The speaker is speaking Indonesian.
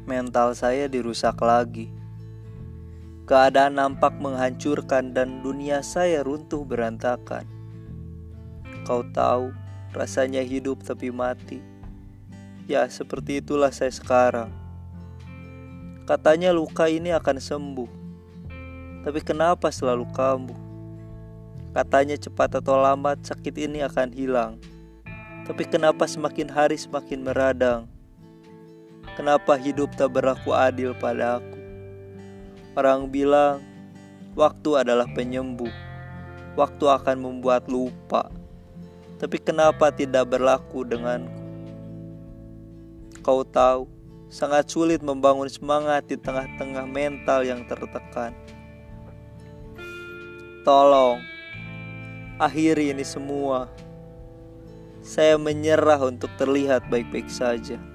Mental saya dirusak lagi. Keadaan nampak menghancurkan dan dunia saya runtuh berantakan. Kau tahu, rasanya hidup tapi mati. Ya, seperti itulah saya sekarang. Katanya luka ini akan sembuh. Tapi kenapa selalu kambuh? Katanya cepat atau lambat sakit ini akan hilang. Tapi kenapa semakin hari semakin meradang? Kenapa hidup tak berlaku adil pada aku? Orang bilang, waktu adalah penyembuh. Waktu akan membuat lupa. Tapi kenapa tidak berlaku denganku? Kau tahu, sangat sulit membangun semangat di tengah-tengah mental yang tertekan. Tolong, akhiri ini semua. Saya menyerah untuk terlihat baik-baik saja.